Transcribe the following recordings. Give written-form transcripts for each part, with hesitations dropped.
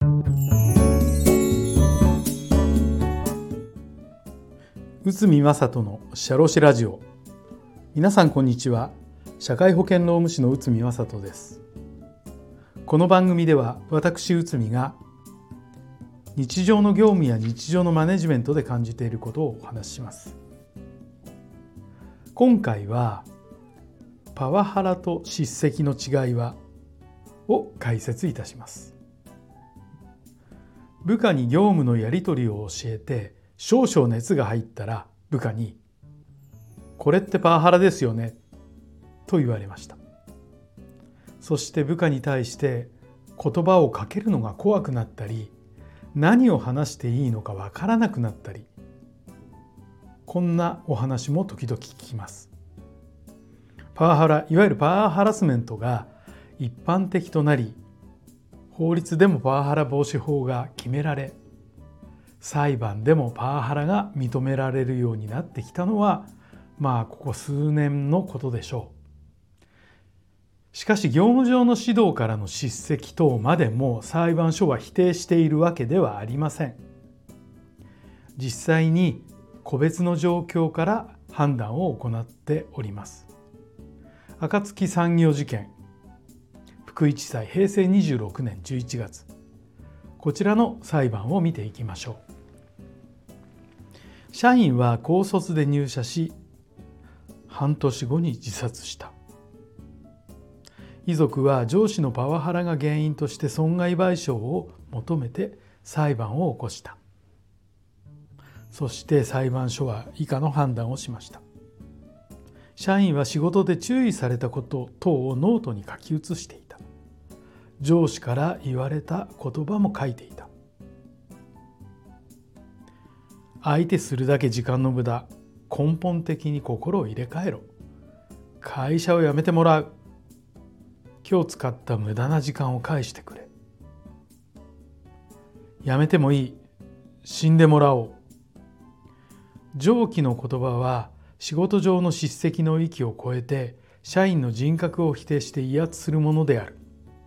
宇都宮人のシャロシラジオ。皆さんこんにちは。社会保険労務士の宇都宮人です。この番組では私宇都宮が日常の業務や日常のマネジメントで感じていることをお話しします。今回はパワハラと叱責の違いはを解説いたします。部下に業務のやり取りを教えて少々熱が入ったら部下にこれってパワハラですよねと言われました。そして部下に対して言葉をかけるのが怖くなったり、何を話していいのかわからなくなったり、こんなお話も時々聞きます。パワハラ、いわゆるパワーハラスメントが一般的となり、法律でもパワハラ防止法が決められ、裁判でもパワハラが認められるようになってきたのはここ数年のことでしょう。しかし業務上の指導からの叱責等までも裁判所は否定しているわけではありません。実際に個別の状況から判断を行っております。暁産業事件、福井地裁平成26年11月、こちらの裁判を見ていきましょう。社員は高卒で入社し、半年後に自殺した。遺族は上司のパワハラが原因として損害賠償を求めて裁判を起こした。そして裁判所は以下の判断をしました。社員は仕事で注意されたこと等をノートに書き写していた。上司から言われた言葉も書いていた。相手するだけ時間の無駄。根本的に心を入れ替えろ。会社を辞めてもらう。今日使った無駄な時間を返してくれ。辞めてもいい。死んでもらおう。上記の言葉は仕事上の叱責の域を超えて社員の人格を否定して威圧するものである。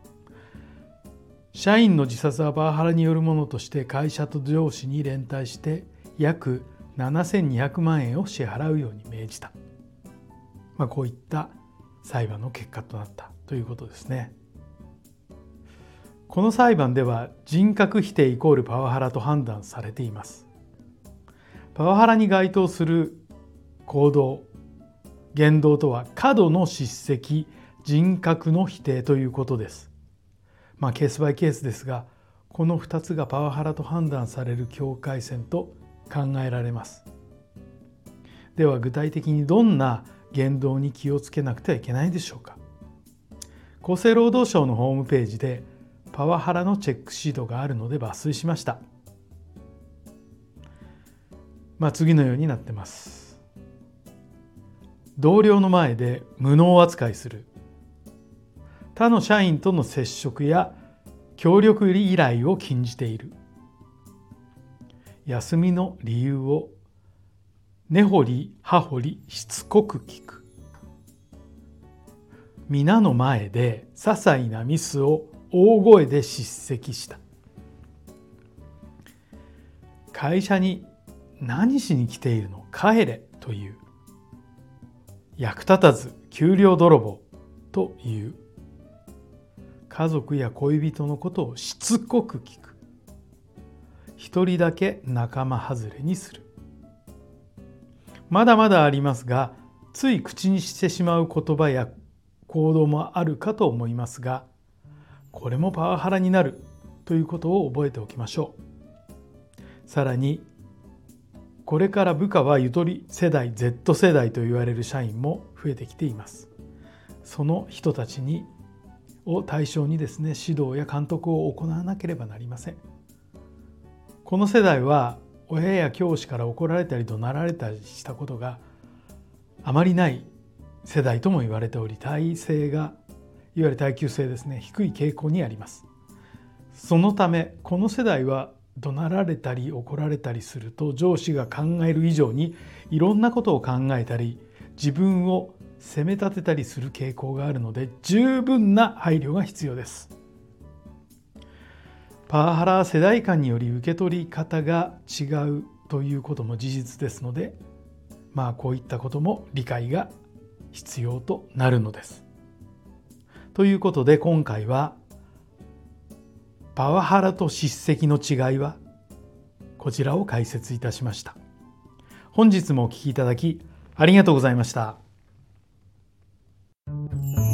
社員の自殺はパワハラによるものとして会社と上司に連帯して約7200万円を支払うように命じた。こういった裁判の結果となったということですね。この裁判では人格否定イコールパワハラと判断されています。パワハラに該当する行動、言動とは過度の叱責、人格の否定ということです。ケースバイケースですが、この2つがパワハラと判断される境界線と考えられます。では具体的にどんな言動に気をつけなくてはいけないでしょうか。厚生労働省のホームページでパワハラのチェックシートがあるので抜粋しました。次のようになってます。同僚の前で無能扱いする。他の社員との接触や協力依頼を禁じている。休みの理由を根掘り葉掘りしつこく聞く。皆の前で些細なミスを大声で叱責した。会社に何しに来ているの、帰れという。役立たず、給料泥棒という。家族や恋人のことをしつこく聞く。一人だけ仲間外れにする。まだまだありますが、つい口にしてしまう言葉や行動もあるかと思いますが、これもパワハラになるということを覚えておきましょう。さらに、これから部下はゆとり世代 Z 世代と言われる社員も増えてきています。その人たちを対象にですね、指導や監督を行わなければなりません。この世代は親や教師から怒られたり怒鳴られたりしたことがあまりない世代とも言われており、耐性がいわゆる耐久性ですね、低い傾向にあります。そのためこの世代は怒鳴られたり怒られたりすると、上司が考える以上にいろんなことを考えたり自分を責め立てたりする傾向があるので、十分な配慮が必要です。 パワハラは世代間により受け取り方が違うということも事実ですので、こういったことも理解が必要となるのです。ということで今回はパワハラと叱責の違いはこちらを解説いたしました。本日もお聞きいただきありがとうございました。